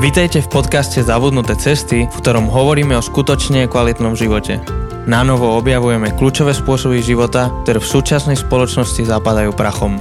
Vítajte v podcaste Zabudnuté cesty, v ktorom hovoríme o skutočne kvalitnom živote. Na novo objavujeme kľúčové spôsoby života, ktoré v súčasnej spoločnosti zapadajú prachom.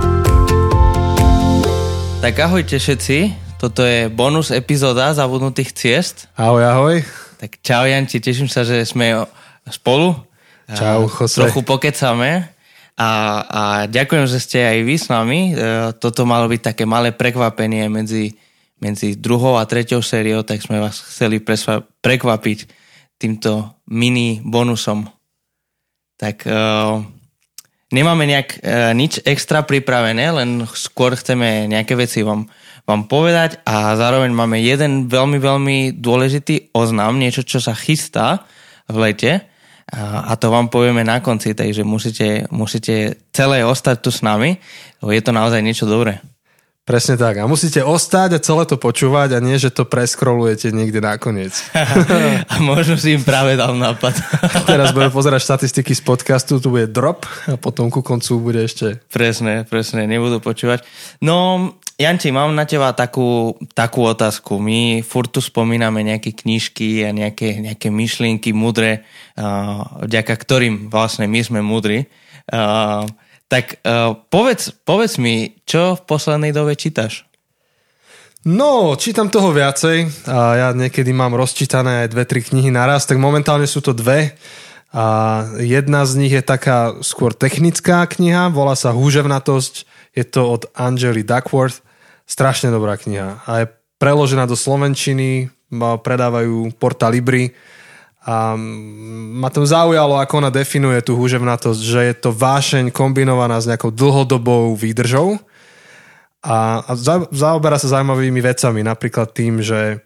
Tak ahojte všetci, toto je bonus epizóda Zabudnutých ciest. Ahoj, ahoj. Tak čau Janči, teším sa, že sme spolu. Čau, Jose. Trochu pokecame a ďakujem, že ste aj vy s nami. Toto malo byť také malé prekvapenie medzi druhou a treťou sériou, tak sme vás chceli prekvapiť týmto mini bonusom. Tak nemáme nič extra pripravené, len skôr chceme nejaké veci vám povedať a zároveň máme jeden veľmi, veľmi dôležitý oznam, niečo, čo sa chystá v lete a to vám povieme na konci, takže musíte celé ostať tu s nami, lebo je to naozaj niečo dobré. Presne tak. A musíte ostať a celé to počúvať a nie, že to preskrolujete niekde nakoniec. A možno si im práve dal nápad. Teraz budeme pozerať štatistiky z podcastu, tu bude drop a potom ku koncu bude ešte... Presne, nebudú počúvať. No, Janči, mám na teba takú otázku. My furt tu spomíname nejaké knižky a nejaké myšlienky múdre, vďaka ktorým vlastne my sme múdri. Tak povedz mi, čo v poslednej dobe čítaš? No, čítam toho viacej a ja niekedy mám rozčítané aj 2-3 knihy naraz, tak momentálne sú to 2 a jedna z nich je taká skôr technická kniha, volá sa Húževnatosť, je to od Angely Duckworth, strašne dobrá kniha a je preložená do slovenčiny, predávajú Porta Libri. A ma to zaujalo, ako ona definuje tú húževnatosť, že je to vášeň kombinovaná s nejakou dlhodobou výdržou a zaoberá sa zaujímavými vecami, napríklad tým, že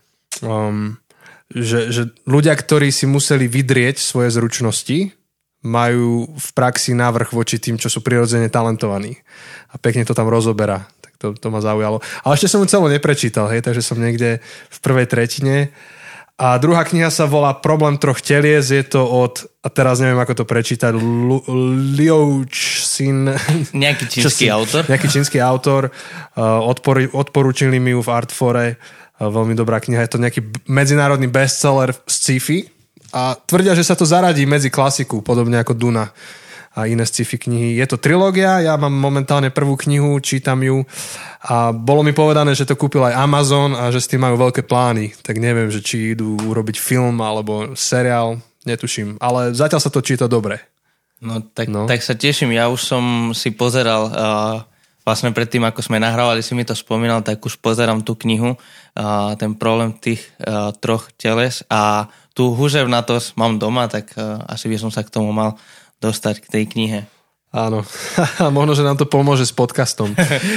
ľudia, ktorí si museli vydrieť svoje zručnosti, majú v praxi návrh voči tým, čo sú prirodzene talentovaní. A pekne to tam rozoberá. Tak to ma zaujalo. Ale ešte som ju celú neprečítal, takže som niekde v prvej tretine. A druhá kniha sa volá Problém troch telies, je to od, a teraz neviem, ako to prečítať, Liu Cixin. Nejaký čínsky autor. Nejaký čínsky autor. Odporúčili mi ju v Artfore. Veľmi dobrá kniha. Je to nejaký medzinárodný bestseller z sci-fi. A tvrdia, že sa to zaradí medzi klasiku, podobne ako Duna a iné sci-fi knihy. Je to trilógia, ja mám momentálne prvú knihu, čítam ju a bolo mi povedané, že to kúpil aj Amazon a že s tým majú veľké plány. Tak neviem, že či idú urobiť film alebo seriál, netuším. Ale zatiaľ sa to číta dobre. No tak sa teším. Ja už som si pozeral, vlastne predtým, ako sme nahrávali, si mi to spomínal, tak už pozerám tú knihu, ten problém tých troch teles a tú húževnatosť mám doma, tak asi by som sa k tomu mal dostať k tej knihe. Áno. Možno, že nám to pomôže s podcastom.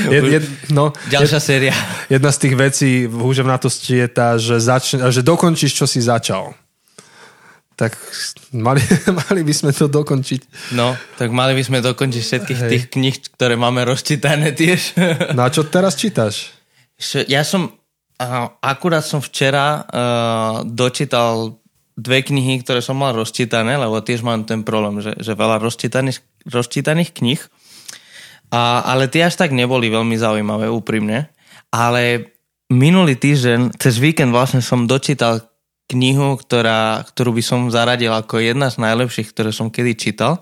Ďalšia séria. Jedna z tých vecí v húževnatosti je tá, že dokončíš, čo si začal. Tak mali by sme to dokončiť. No, tak mali by sme dokončiť všetkých tých kníh, ktoré máme rozčítané tiež. No a čo teraz čítaš? Ja akurát som včera dočítal 2 knihy, ktoré som mal rozčítané, lebo tiež mám ten problém, že veľa rozčítaných kníh. Ale tie až tak neboli veľmi zaujímavé, úprimne. Ale minulý týždeň, cez víkend vlastne som dočítal knihu, ktorú by som zaradil ako jedna z najlepších, ktoré som kedy čítal.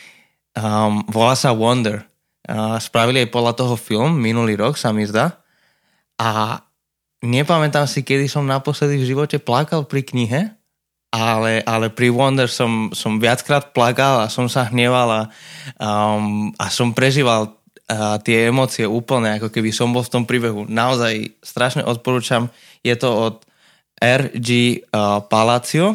Volá sa Wonder. Spravili aj podľa toho film, minulý rok sa mi zdá. A nepamätám si, kedy som naposledy v živote plakal pri knihe, ale pri Wonder som viackrát plakal a som sa hneval a som prežíval tie emócie úplne, ako keby som bol v tom príbehu. Naozaj strašne odporúčam. Je to od R.G. Palacio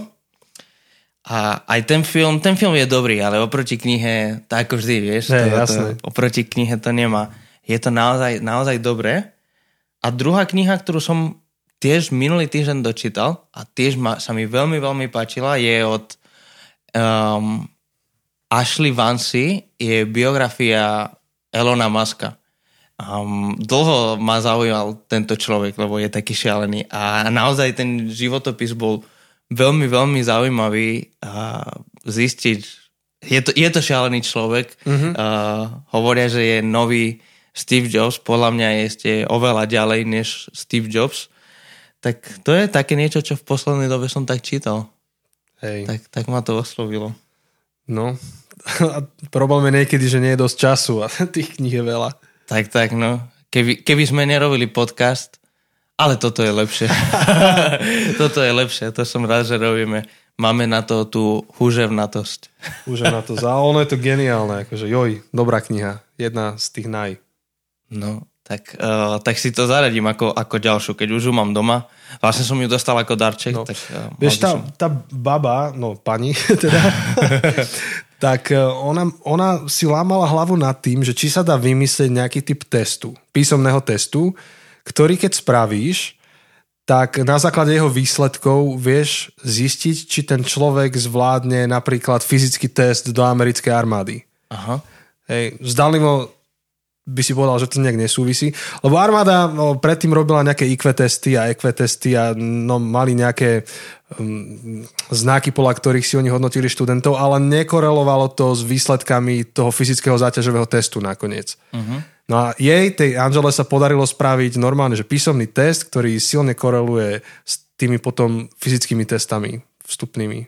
a aj ten film je dobrý, ale oproti knihe, tak ako vždy, vieš, oproti knihe to nemá. Je to naozaj dobré. A druhá kniha, ktorú som tiež minulý týždeň dočítal a tiež sa mi veľmi, veľmi páčila, je od Ashley Vance, je biografia Elona Muska. Dlho ma zaujímal tento človek, lebo je taký šialený a naozaj ten životopis bol veľmi, veľmi zaujímavý zistiť. Je to šialený človek. Hovoria, že je nový Steve Jobs, podľa mňa je ešte oveľa ďalej než Steve Jobs. Tak to je také niečo, čo v poslednej dobe som tak čítal. Hej. Tak ma to oslovilo. No, a problém je niekedy, že nie je dosť času a tých kníh je veľa. Tak, no. Keby sme nerobili podcast, ale toto je lepšie. Toto je lepšie, to som rád, že robíme. Máme na to tú húževnatosť. Húževnatosť, a ono je to geniálne, akože dobrá kniha, jedna z tých naj. No, tak si to zaradím ako ďalšiu, keď už ju mám doma. Vlastne som ju dostal ako darček. No. Tak, vieš, tá baba, pani teda, tak ona si lámala hlavu nad tým, že či sa dá vymyslieť nejaký typ testu, písomného testu, ktorý keď spravíš, tak na základe jeho výsledkov vieš zistiť, či ten človek zvládne napríklad fyzický test do americkej armády. Aha. Hej, zdanlivo by si povedal, že to nejak nesúvisí. Lebo armáda predtým robila nejaké IQ testy a EQ testy a mali nejaké znaky, podľa ktorých si oni hodnotili študentov, ale nekorelovalo to s výsledkami toho fyzického záťažového testu nakoniec. Uh-huh. No a tej Angele sa podarilo spraviť normálne, že písomný test, ktorý silne koreluje s tými potom fyzickými testami vstupnými.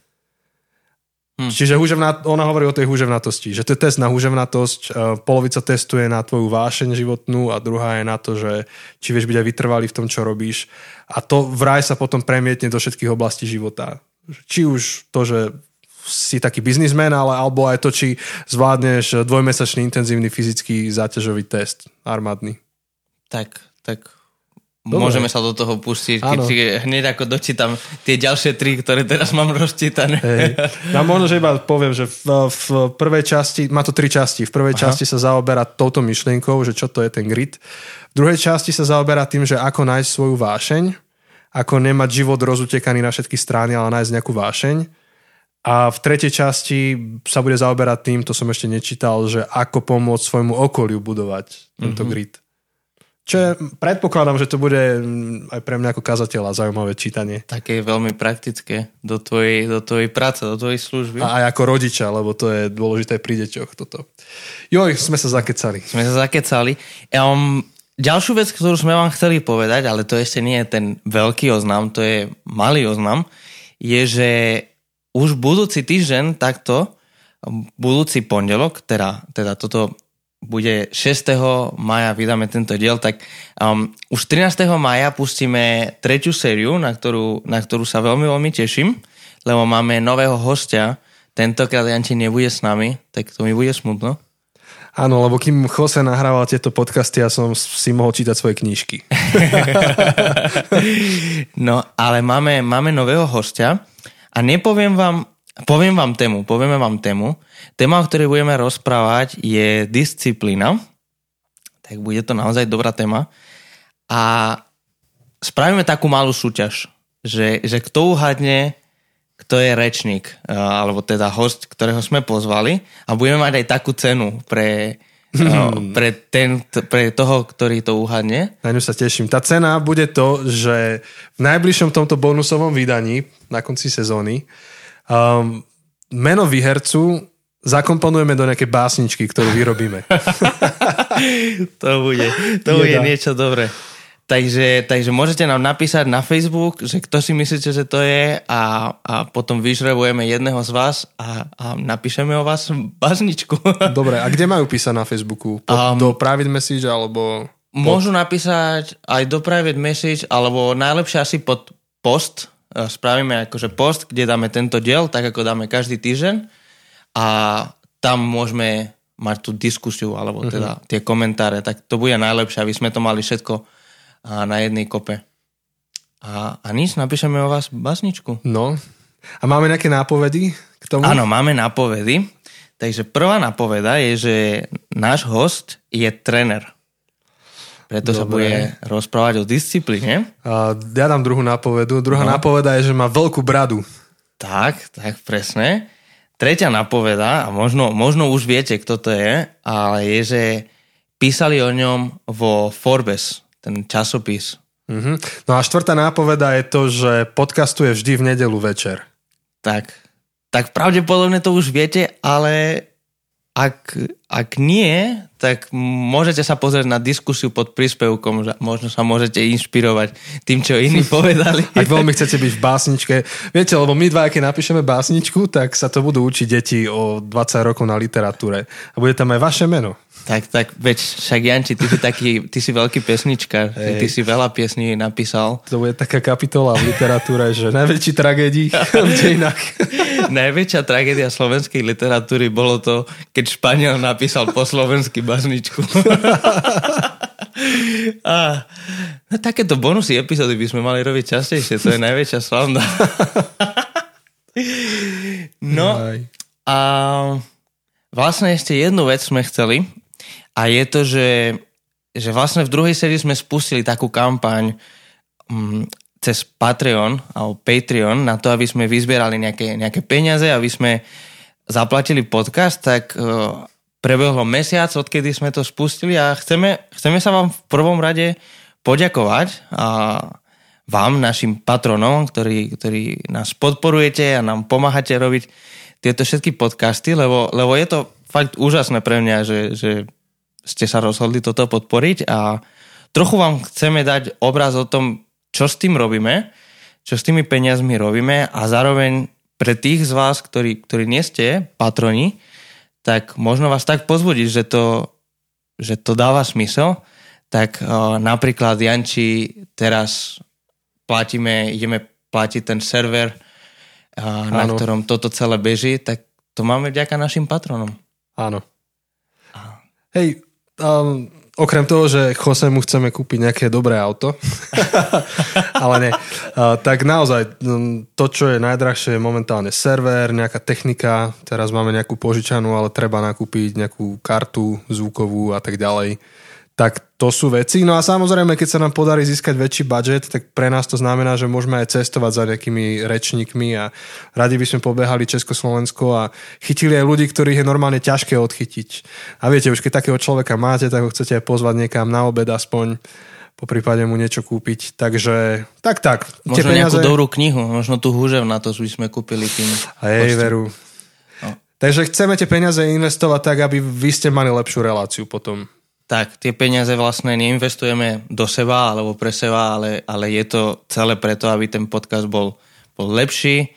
Čiže ona hovorí o tej húževnatosti, že to je test na húževnatosť, polovica testu je na tvoju vášeň životnú a druhá je na to, že či vieš byť aj vytrvalý v tom, čo robíš. A to vraj sa potom premietne do všetkých oblastí života. Či už to, že si taký biznismen, alebo aj to, či zvládneš dvojmesačný intenzívny fyzický záťažový test armádny. Tak dobre. Môžeme sa do toho pustiť, keď si hneď ako dočítam tie ďalšie 3, ktoré teraz mám rozčítané. Hej. Ja možno, že iba poviem, že v prvej časti, má to 3 časti, v prvej časti sa zaoberá touto myšlienkou, že čo to je ten grit. V druhej časti sa zaoberá tým, že ako nájsť svoju vášeň, ako nemať život rozutekaný na všetky strany, ale nájsť nejakú vášeň. A v tretej časti sa bude zaoberať tým, to som ešte nečítal, že ako pomôcť svojmu okoliu budovať tento grit. Čo predpokladám, že to bude aj pre mňa ako kazateľa zaujímavé čítanie. Také veľmi praktické do tvojej práce, do tvojej služby. A aj ako rodiča, lebo to je dôležité pri deťoch toto. Sme sa zakecali. Ďalšiu vec, ktorú sme vám chceli povedať, ale to ešte nie je ten veľký oznam, to je malý oznam, je, že už budúci týždeň takto, budúci pondelok, teda toto bude 6. maja, vydáme tento diel, tak už 13. maja pustíme 3. sériu, na ktorú sa veľmi, veľmi teším, lebo máme nového hostia. Tentokrát Janči nebude s nami, tak to mi bude smutno. Áno, lebo kým Jose nahrával tieto podcasty, ja som si mohol čítať svoje knižky. No, ale máme nového hostia a povieme vám tému. Téma, o ktorej budeme rozprávať, je disciplína. Tak bude to naozaj dobrá téma. A spravíme takú malú súťaž, že kto uhadne, kto je rečník, alebo teda host, ktorého sme pozvali. A budeme mať aj takú cenu pre toho, ktorý to uhadne. Na ňu sa teším. Tá cena bude to, že v najbližšom tomto bonusovom vydaní na konci sezóny meno výhercu zakomponujeme do nejakej básničky, ktorú vyrobíme. To bude niečo dobré. Takže môžete nám napísať na Facebook, že kto si myslíte, že to je a potom vyžrebujeme jedného z vás a napíšeme o vás básničku. Dobre, a kde majú písať na Facebooku? Do private message alebo... Môžu napísať aj do private message, alebo najlepšie asi pod post. Spravíme akože post, kde dáme tento diel, tak ako dáme každý týždeň a tam môžeme mať tú diskusiu alebo teda tie komentáre, tak to bude najlepšie, aby sme to mali všetko na jednej kope. A nič, napíšeme o vás básničku. No, a máme nejaké nápovedy k tomu? Áno, máme nápovedy. Takže prvá nápoveda je, že náš host je tréner. Preto sa bude rozprávať o disciplíne. Ja dám druhú nápovedu. Druhá nápoveda je, že má veľkú bradu. Tak presne. Tretia nápoveda, a možno už viete, kto to je, ale je, že písali o ňom vo Forbes, ten časopis. No a štvrtá nápoveda je to, že podcastuje vždy v nedeľu večer. Tak pravdepodobne to už viete, ale ak nie, tak môžete sa pozrieť na diskusiu pod príspevkom, že možno sa môžete inšpirovať tým, čo iní povedali. Ak veľmi chcete byť v básničke. Viete, lebo my dva, keď napíšeme básničku, tak sa to budú učiť deti o 20 rokov na literatúre. A bude tam aj vaše meno. Tak, veď, však Janči, ty si veľký pesničkár. Ty si veľa piesní napísal. To bude taká kapitola v literatúre, že najväčší tragédii v dejinách. Najväčšia tragédia slovenskej literatúry bolo to, keď Španiel napísal po slovensky básničku. No takéto bonusy epizódy by sme mali robiť častejšie, to je najväčšia sranda. No a vlastne ešte jednu vec sme chceli a je to, že vlastne v druhej sérii sme spustili takú kampaň cez Patreon alebo Patreon na to, aby sme vyzbierali nejaké peniaze, aby sme zaplatili podcast, tak prebehlo mesiac, odkedy sme to spustili a chceme sa vám v prvom rade poďakovať a vám, našim patronom, ktorí nás podporujete a nám pomáhate robiť tieto všetky podcasty, lebo je to fakt úžasné pre mňa, že ste sa rozhodli toto podporiť a trochu vám chceme dať obraz o tom, čo s tým robíme, čo s tými peniazmi robíme a zároveň pre tých z vás, ktorí nie ste patroni, tak možno vás tak pozbudiť, že to dáva smysel. Tak napríklad Janči teraz ideme platiť ten server, na ktorom toto celé beží, tak to máme vďaka našim patronom. Áno. Hej, okrem toho, že Josemu chceme kúpiť nejaké dobré auto, ale nie, tak naozaj to, čo je najdrahšie, je momentálne server, nejaká technika, teraz máme nejakú požičanú, ale treba nakúpiť nejakú kartu zvukovú a tak ďalej. Tak to sú veci. No a samozrejme, keď sa nám podarí získať väčší budget, tak pre nás to znamená, že môžeme aj cestovať za nejakými rečníkmi a radi by sme pobehali Československo a chytili aj ľudí, ktorých je normálne ťažké odchytiť. A viete, už keď takého človeka máte, tak ho chcete aj pozvať niekam na obed aspoň, po prípade mu niečo kúpiť. Takže tak. Možno nejakú dobrú knihu, možno tú húžev na to by sme kúpili tým. Hej, veru. No. Takže chceme tie peniaze investovať tak, aby vy ste mali lepšiu reláciu potom. Tak, tie peniaze vlastne neinvestujeme do seba alebo pre seba, ale je to celé preto, aby ten podcast bol lepší,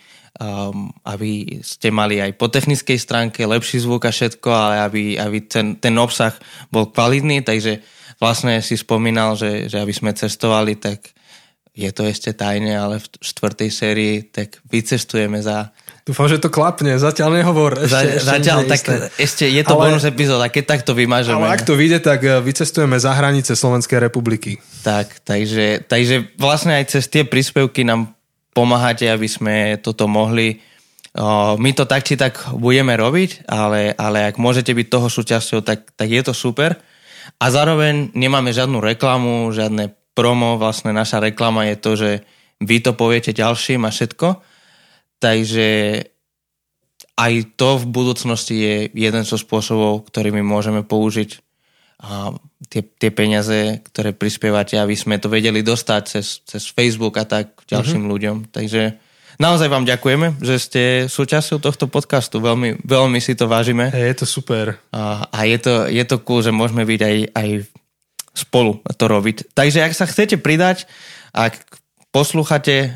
aby ste mali aj po technickej stránke lepší zvuk a všetko, ale aby ten obsah bol kvalitný, takže vlastne si spomínal, že aby sme cestovali, tak je to ešte tajne, ale v 4. sérii tak vycestujeme za... Dúfam, že to klapne, zatiaľ nehovor. Zatiaľ, tak ešte je to bonus epizóda, keď takto vymažeme. Ale ak to vyjde, tak vycestujeme za hranice Slovenskej republiky. Tak, takže vlastne aj cez tie príspevky nám pomáhate, aby sme toto mohli. My to tak či tak budeme robiť, ale ak môžete byť toho súčasťou, tak je to super. A zároveň nemáme žiadnu reklamu, žiadne promo, vlastne naša reklama je to, že vy to poviete ďalším a všetko. Takže aj to v budúcnosti je jeden zo spôsobov, ktorými môžeme použiť tie peniaze, ktoré prispievate, aby sme to vedeli dostať cez Facebook a tak ďalším ľuďom. Takže naozaj vám ďakujeme, že ste súčasťou tohto podcastu. Veľmi, veľmi si to vážime. Je to super. A je to cool, že môžeme byť aj spolu to robiť. Takže ak sa chcete pridať, ak počúvate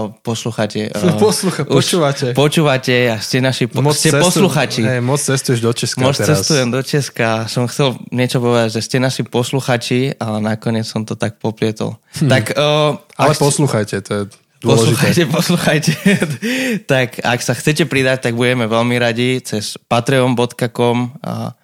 a ste naši posluchači. Moc cestuješ do Česka teraz. Cestujem do Česka. Som chcel niečo povedať, že ste naši posluchači, ale nakoniec som to tak poplietol. Tak, ale poslúchajte, to je dôležité. Poslúchajte. Tak ak sa chcete pridať, tak budeme veľmi radi cez patreon.com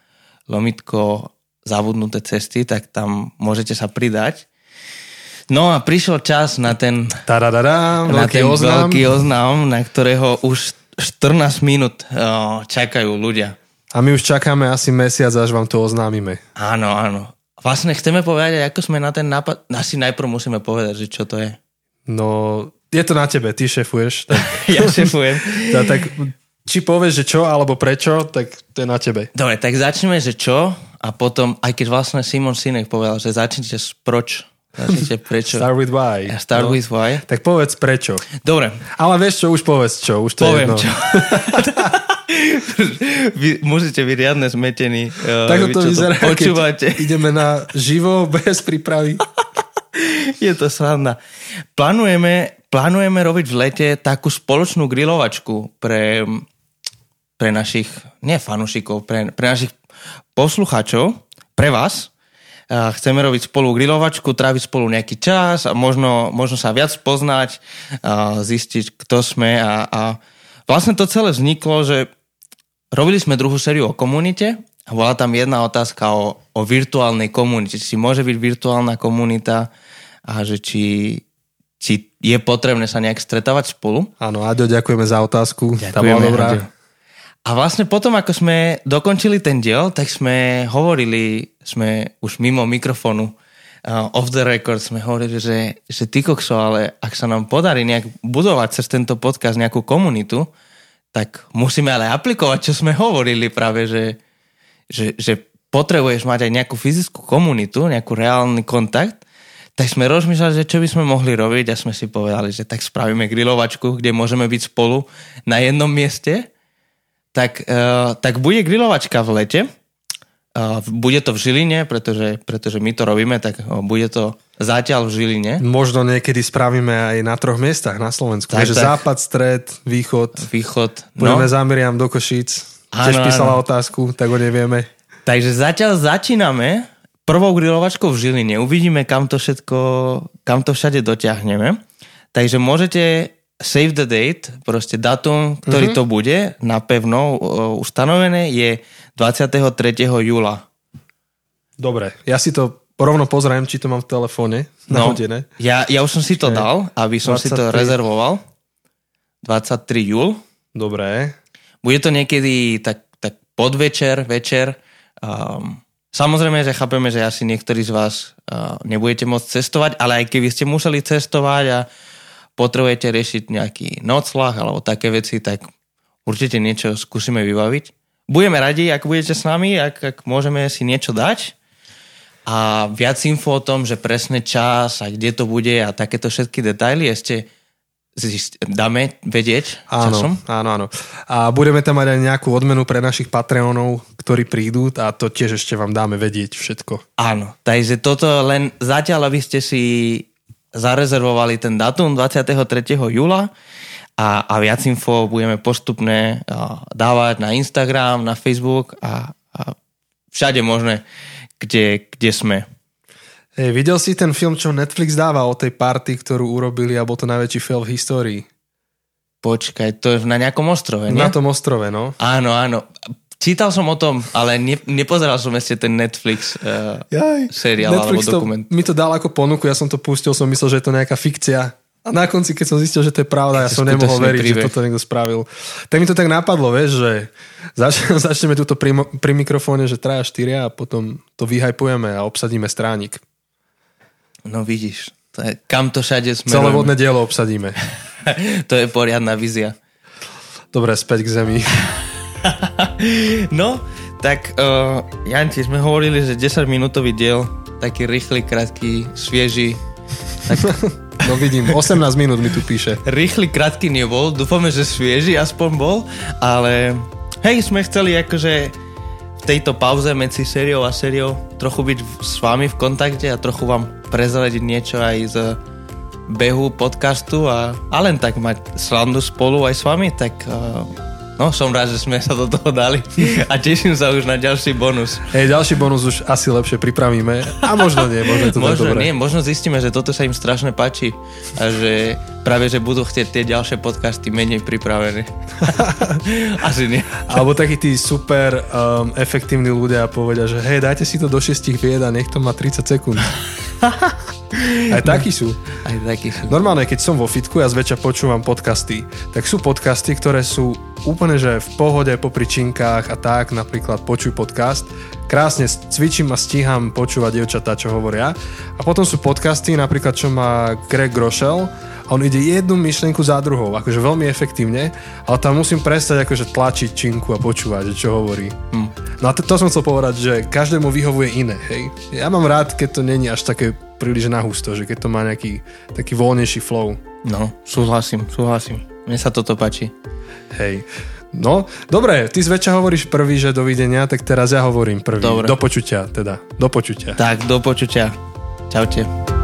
/zabudnuté cesty, tak tam môžete sa pridať. No a prišiel čas na ten veľký oznám, na ktorého už 14 minút čakajú ľudia. A my už čakáme asi mesiac, až vám to oznámime. Áno. Vlastne chceme povedať, ako sme na ten nápad... Asi najprv musíme povedať, že čo to je. No, je to na tebe, ty šefuješ. Tak... Ja šefujem. Tak či povieš, že čo, alebo prečo, tak to je na tebe. Dobre, tak začneme, že čo, a potom, aj keď vlastne Simon Sinek povedal, že začnite s proč. Prečo? Start with why. Start with why. Tak povedz prečo. Dobre. Ale vieš čo, už povedz čo. Už to poviem je jedno. Čo. Vy môžete byť riadne zmetení. Tak to vyzerá, počúvate. keď ideme na živo, bez prípravy. Je to sranda. Plánujeme robiť v lete takú spoločnú grilovačku pre našich, nie fanúšikov, pre našich poslucháčov, pre vás. Chceme robiť spolu grilovačku, tráviť spolu nejaký čas a možno sa viac poznať, zistiť, kto sme a vlastne to celé vzniklo, že robili sme druhú sériu o komunite a bola tam jedna otázka o virtuálnej komunite. Či môže byť virtuálna komunita a že či je potrebné sa nejak stretávať spolu. Áno, Aďo, ďakujeme za otázku. Ďakujeme, tá bola dobrá. Aďo. A vlastne potom, ako sme dokončili ten diel, tak sme hovorili, sme už mimo mikrofónu, off the record, sme hovorili, že ty kokso, ale ak sa nám podarí nejak budovať cez tento podcast nejakú komunitu, tak musíme ale aplikovať, čo sme hovorili práve, že potrebuješ mať aj nejakú fyzickú komunitu, nejakú reálny kontakt. Tak sme rozmýšľali, že čo by sme mohli robiť a sme si povedali, že tak spravíme grilovačku, kde môžeme byť spolu na jednom mieste. Tak bude grilovačka v lete. Bude to v Žiline, pretože my to robíme, tak bude to zatiaľ v Žiline. Možno niekedy spravíme aj na 3 miestach na Slovensku. Takže západ, stred, východ. Budeme za Miriam do Košíc. Tiež písala otázku, tak ho nevieme. Takže zatiaľ začíname prvou grilovačkou v Žiline. Uvidíme, kam to všade dotiahneme. Takže môžete save the date, proste datum, ktorý to bude, napevno ustanovené, je 23. júla. Dobre, ja si to rovno pozriem, či to mám v telefóne nahodené. Ja už som si to dal, aby som 23. si to rezervoval. 23. júl. Dobre. Bude to niekedy tak podvečer, večer. Samozrejme, že chápeme, že asi niektorí z vás nebudete môcť cestovať, ale aj keby ste museli cestovať a potrebujete riešiť nejaký nocľah alebo také veci, tak určite niečo skúsime vybaviť. Budeme radi, ak budete s nami, ak môžeme si niečo dať a viac info o tom, že presne čas a kde to bude a takéto všetky detaily ešte dáme vedieť časom. Áno. A budeme tam mať aj nejakú odmenu pre našich Patreonov, ktorí prídu a to tiež ešte vám dáme vedieť všetko. Áno, takže toto len zatiaľ, aby ste si zarezervovali ten dátum 23. júla a viac info budeme postupne dávať na Instagram, na Facebook a všade možné, kde sme. Videl si ten film, čo Netflix dáva o tej party, ktorú urobili a bol to najväčší fail v histórii? Počkaj, to je na nejakom ostrove, nie? Na tom ostrove, no. Áno. Čítal som o tom, ale nepozeral som ešte ten Netflix seriál Netflix alebo dokument. Mi to dal ako ponuku, ja som to pustil, som myslel, že je to nejaká fikcia. A na konci, keď som zistil, že to je pravda, ja som nemohol veriť, že toto niekto spravil. Tak mi to tak napadlo, vieš, že začneme túto pri mikrofóne, že 3 a 4 a potom to vyhypujeme a obsadíme stránik. No vidíš, kam to všade smerujeme. Celé vodné dielo obsadíme. To je poriadna vízia. Dobre, späť k zemi. No, tak Janči, sme hovorili, že 10-minútový diel, taký rýchly, krátky, svieži. Tak... No vidím, 18 minút mi tu píše. Rýchly, krátky nebol, dúfame, že svieži aspoň bol, ale hej, sme chceli akože v tejto pauze medzi sériou a sériou trochu byť s vami v kontakte a trochu vám prezradiť niečo aj z behu podcastu a len tak mať srandu spolu aj s vami, tak no som rád, že sme sa do toho dali a teším sa už na ďalší bonus. Ďalší bonus už asi lepšie pripravíme a možno nie, možno je to možno dobré. Nie, možno zistíme, že toto sa im strašne páči a že práve, že budú chcieť tie ďalšie podcasty menej pripravené. Asi nie. Alebo takí tí super efektívni ľudia povedia, že hej, dajte si to do 6 vied a nech to má 30 sekúnd. Aj takí sú. Normálne, keď som vo fitku, ja zväčša počúvam podcasty, tak sú podcasty, ktoré sú úplne, že v pohode, popri činkách a tak, napríklad Počuj podcast. Krásne cvičím a stíham počúvať dievčatá, čo hovoria. A potom sú podcasty, napríklad, čo má Greg Groeschel. On ide jednu myšlienku za druhou, akože veľmi efektívne, ale tam musím prestať akože tlačiť činku a počúvať, že čo hovorí. No a to som chcel povedať, že každému vyhovuje iné, hej. Ja mám rád, keď to není až také príliš nahusto, že keď to má nejaký taký voľnejší flow. No, súhlasím. Mne sa toto páči. Hej. No, dobre, ty zväčša hovoríš prvý, že dovidenia, tak teraz ja hovorím prvý. Dobre. Do počutia teda. Do počutia. Tak, do počutia. Čaute.